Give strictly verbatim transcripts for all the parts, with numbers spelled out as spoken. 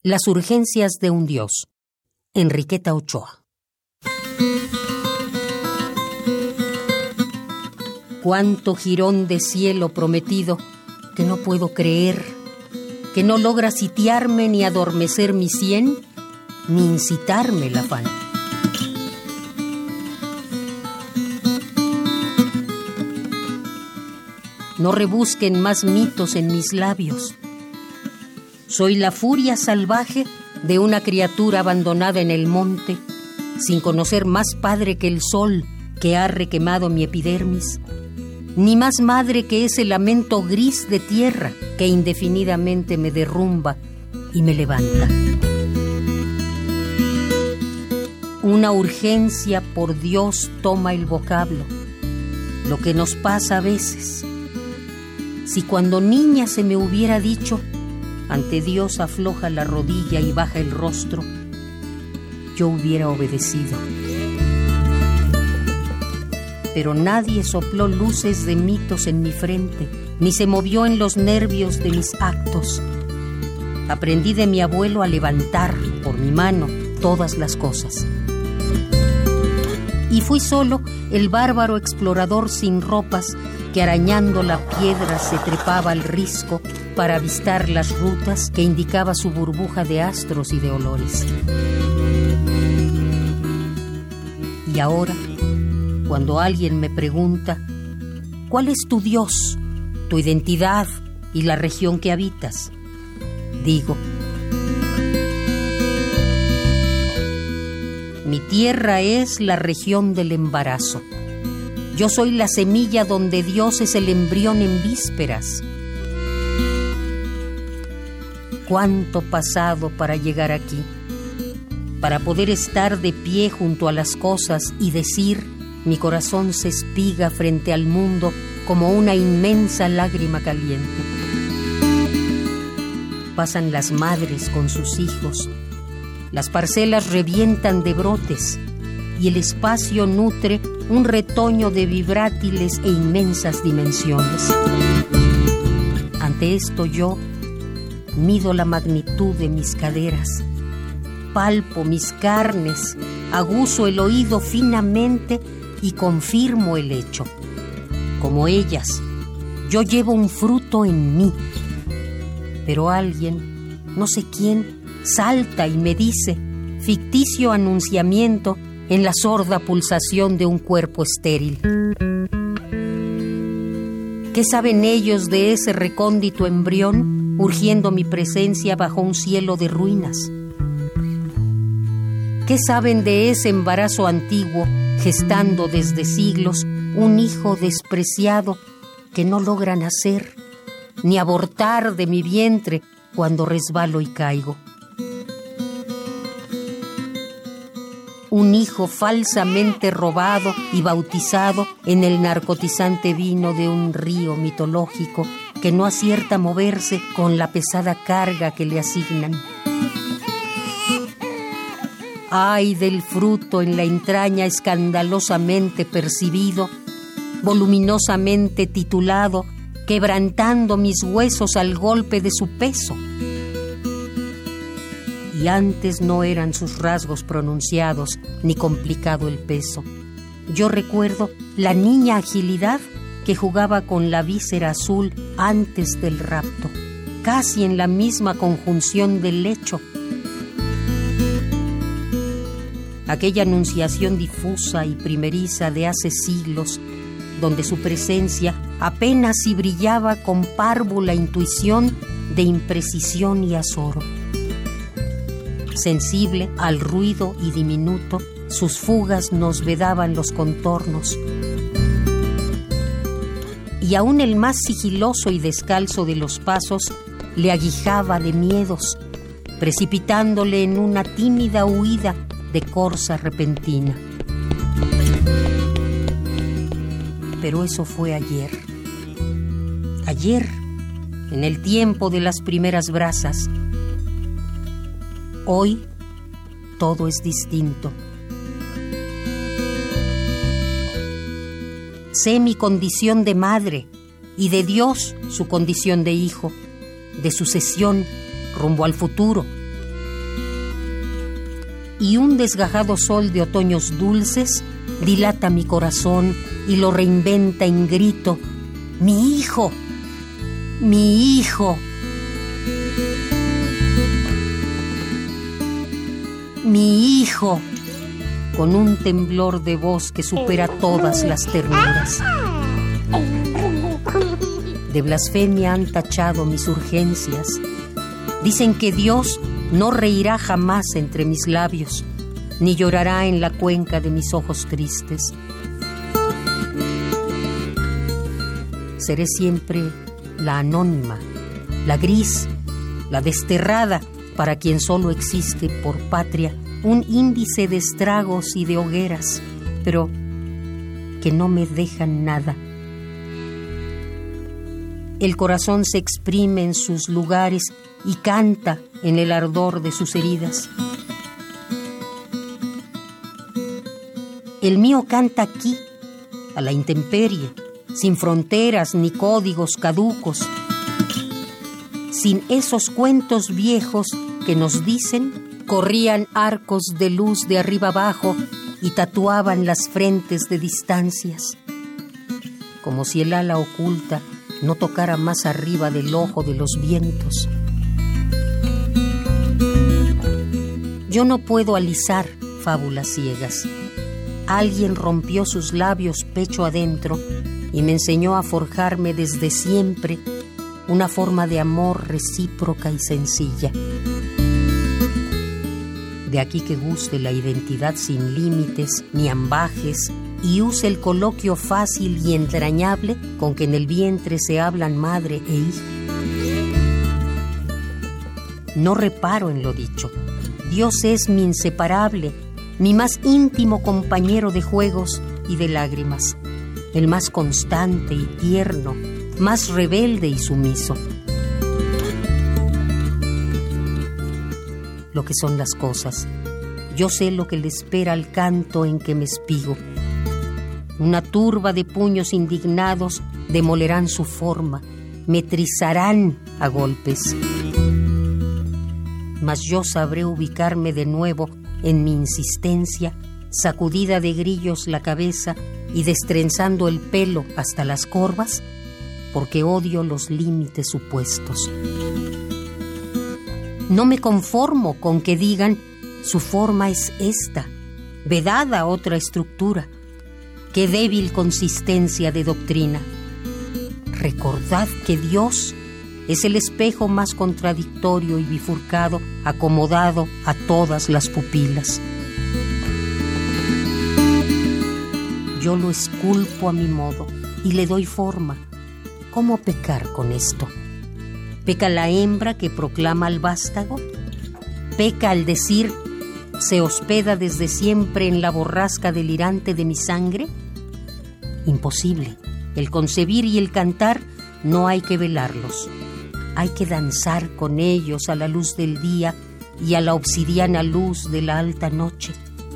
Las urgencias de un Dios. Enriqueta Ochoa. Cuánto jirón de cielo prometido que no puedo creer, que no logra sitiarme ni adormecer mi sien, ni incitarme el afán. No rebusquen más mitos en mis labios. Soy la furia salvaje de una criatura abandonada en el monte, sin conocer más padre que el sol que ha requemado mi epidermis, ni más madre que ese lamento gris de tierra que indefinidamente me derrumba y me levanta. Una urgencia por Dios toma el vocablo, lo que nos pasa a veces. Si cuando niña se me hubiera dicho, ante Dios afloja la rodilla y baja el rostro, yo hubiera obedecido. Pero nadie sopló luces de mitos en mi frente, ni se movió en los nervios de mis actos. Aprendí de mi abuelo a levantar por mi mano todas las cosas. Y fui solo el bárbaro explorador sin ropas que arañando la piedra se trepaba al risco para avistar las rutas que indicaba su burbuja de astros y de olores. Y ahora, cuando alguien me pregunta, ¿cuál es tu Dios, tu identidad y la región que habitas?, digo, mi tierra es la región del embarazo. Yo soy la semilla donde Dios es el embrión en vísperas. Cuánto pasado para llegar aquí, para poder estar de pie junto a las cosas y decir, mi corazón se espiga frente al mundo como una inmensa lágrima caliente. Pasan las madres con sus hijos, las parcelas revientan de brotes y el espacio nutre un retoño de vibrátiles e inmensas dimensiones. Ante esto yo mido la magnitud de mis caderas, palpo mis carnes, aguzo el oído finamente y confirmo el hecho. Como ellas, yo llevo un fruto en mí. Pero alguien, no sé quién, salta y me dice, ficticio anunciamiento en la sorda pulsación de un cuerpo estéril. ¿Qué saben ellos de ese recóndito embrión urgiendo mi presencia bajo un cielo de ruinas? ¿Qué saben de ese embarazo antiguo gestando desde siglos un hijo despreciado que no logra nacer ni abortar de mi vientre cuando resbalo y caigo? Un hijo falsamente robado y bautizado en el narcotizante vino de un río mitológico que no acierta a moverse con la pesada carga que le asignan. Ay del fruto en la entraña escandalosamente percibido, voluminosamente titulado, quebrantando mis huesos al golpe de su peso. Y antes no eran sus rasgos pronunciados, ni complicado el peso. Yo recuerdo la niña agilidad que jugaba con la víscera azul antes del rapto, casi en la misma conjunción del lecho. Aquella anunciación difusa y primeriza de hace siglos, donde su presencia apenas si brillaba con párvula intuición de imprecisión y azoro. Sensible al ruido y diminuto, sus fugas nos vedaban los contornos. Y aún el más sigiloso y descalzo de los pasos le aguijaba de miedos, precipitándole en una tímida huida de corsa repentina. Pero eso fue ayer. Ayer, en el tiempo de las primeras brasas. Hoy, todo es distinto. Sé mi condición de madre y de Dios su condición de hijo, de sucesión rumbo al futuro, y un desgajado sol de otoños dulces dilata mi corazón y lo reinventa en grito: ¡mi hijo! ¡Mi hijo! ¡Mi hijo! Con un temblor de voz que supera todas las ternuras. De blasfemia han tachado mis urgencias. Dicen que Dios no reirá jamás entre mis labios, ni llorará en la cuenca de mis ojos tristes. Seré siempre la anónima, la gris, la desterrada, para quien solo existe por patria un índice de estragos y de hogueras, pero que no me dejan nada. El corazón se exprime en sus lugares y canta en el ardor de sus heridas. El mío canta aquí, a la intemperie, sin fronteras ni códigos caducos, sin esos cuentos viejos que nos dicen corrían arcos de luz de arriba abajo y tatuaban las frentes de distancias, como si el ala oculta no tocara más arriba del ojo de los vientos. Yo no puedo alisar fábulas ciegas. Alguien rompió sus labios pecho adentro y me enseñó a forjarme desde siempre una forma de amor recíproca y sencilla. De aquí que guste la identidad sin límites ni ambajes y use el coloquio fácil y entrañable con que en el vientre se hablan madre e hijo. No reparo en lo dicho. Dios es mi inseparable, mi más íntimo compañero de juegos y de lágrimas, el más constante y tierno, más rebelde y sumiso. Lo que son las cosas, yo sé lo que le espera al canto en que me espigo. Una turba de puños indignados demolerán su forma, me trizarán a golpes. Mas yo sabré ubicarme de nuevo en mi insistencia, sacudida de grillos la cabeza y destrenzando el pelo hasta las corvas, porque odio los límites supuestos. No me conformo con que digan su forma es esta, vedada otra estructura. Qué débil consistencia de doctrina. Recordad que Dios es el espejo más contradictorio y bifurcado, acomodado a todas las pupilas. Yo lo esculpo a mi modo y le doy forma. ¿Cómo pecar con esto? ¿Peca la hembra que proclama al vástago? ¿Peca al decir, se hospeda desde siempre en la borrasca delirante de mi sangre? Imposible. El concebir y el cantar no hay que velarlos. Hay que danzar con ellos a la luz del día y a la obsidiana luz de la alta noche.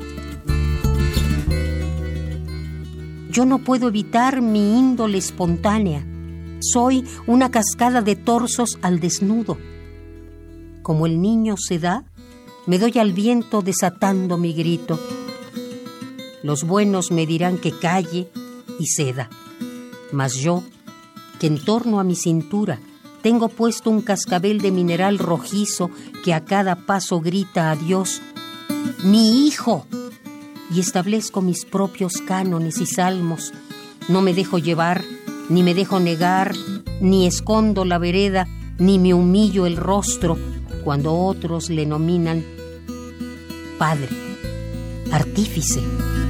Yo no puedo evitar mi índole espontánea. Soy una cascada de torsos al desnudo. Como el niño se da, me doy al viento desatando mi grito. Los buenos me dirán que calle y ceda, mas yo, que en torno a mi cintura tengo puesto un cascabel de mineral rojizo que a cada paso grita a Dios, ¡mi hijo!, y establezco mis propios cánones y salmos. No me dejo llevar, ni me dejo negar, ni escondo la vereda, ni me humillo el rostro cuando otros le nominan Padre, Artífice.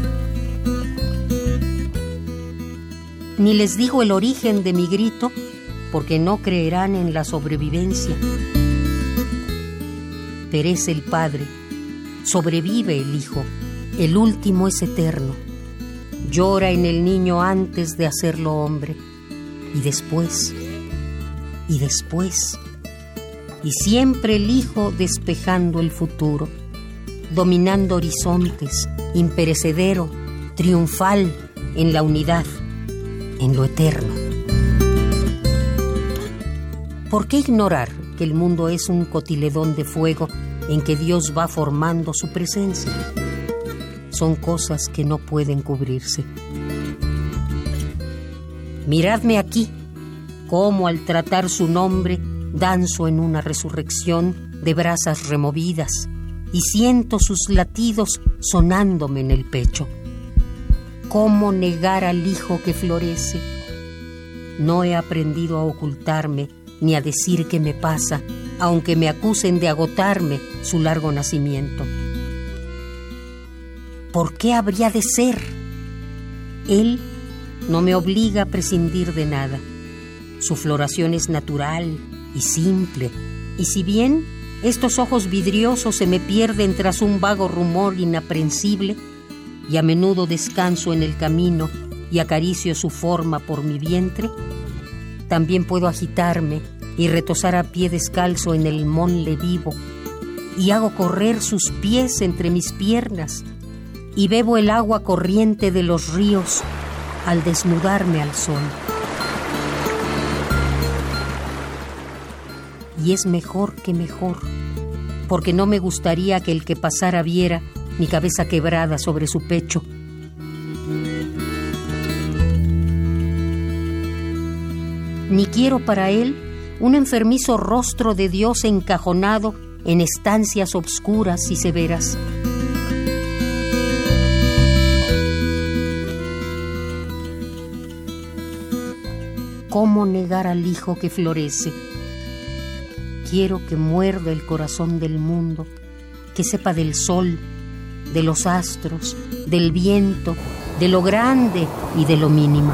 Ni les digo el origen de mi grito, porque no creerán en la sobrevivencia. Perece el Padre, sobrevive el Hijo, el último es eterno. Llora en el niño antes de hacerlo hombre, y después, y después, y siempre el Hijo despejando el futuro, dominando horizontes, imperecedero, triunfal en la unidad, en lo eterno. ¿Por qué ignorar que el mundo es un cotiledón de fuego en que Dios va formando su presencia. Son cosas que no pueden cubrirse. Miradme aquí, cómo al tratar su nombre danzo en una resurrección de brasas removidas y siento sus latidos sonándome en el pecho. ¿Cómo negar al hijo que florece? No he aprendido a ocultarme ni a decir qué me pasa, aunque me acusen de agotarme su largo nacimiento. ¿Por qué habría de ser? Él no me obliga a prescindir de nada. Su floración es natural y simple, y si bien estos ojos vidriosos se me pierden tras un vago rumor inaprensible, y a menudo descanso en el camino y acaricio su forma por mi vientre, también puedo agitarme y retosar a pie descalzo en el monle vivo, y hago correr sus pies entre mis piernas, y bebo el agua corriente de los ríos al desnudarme al sol. Y es mejor que mejor, porque no me gustaría que el que pasara viera mi cabeza quebrada sobre su pecho. Ni quiero para él un enfermizo rostro de Dios encajonado en estancias obscuras y severas. ¿Cómo negar al hijo que florece? Quiero que muerda el corazón del mundo, que sepa del sol, de los astros, del viento, de lo grande y de lo mínimo.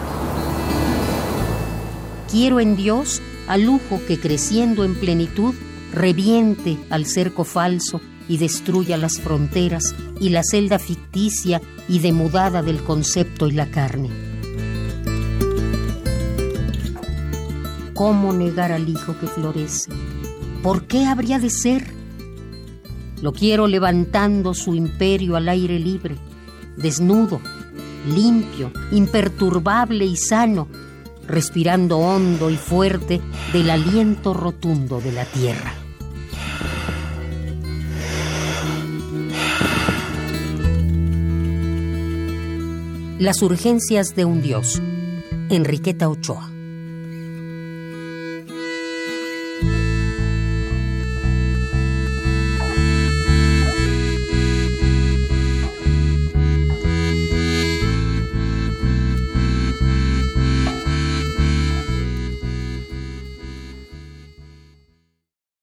Quiero en Dios al lujo que, creciendo en plenitud, reviente al cerco falso y destruya las fronteras y la celda ficticia y demudada del concepto y la carne. ¿Cómo negar al hijo que florece? ¿Por qué habría de ser? Lo quiero levantando su imperio al aire libre, desnudo, limpio, imperturbable y sano, respirando hondo y fuerte del aliento rotundo de la tierra. Las urgencias de un Dios. Enriqueta Ochoa.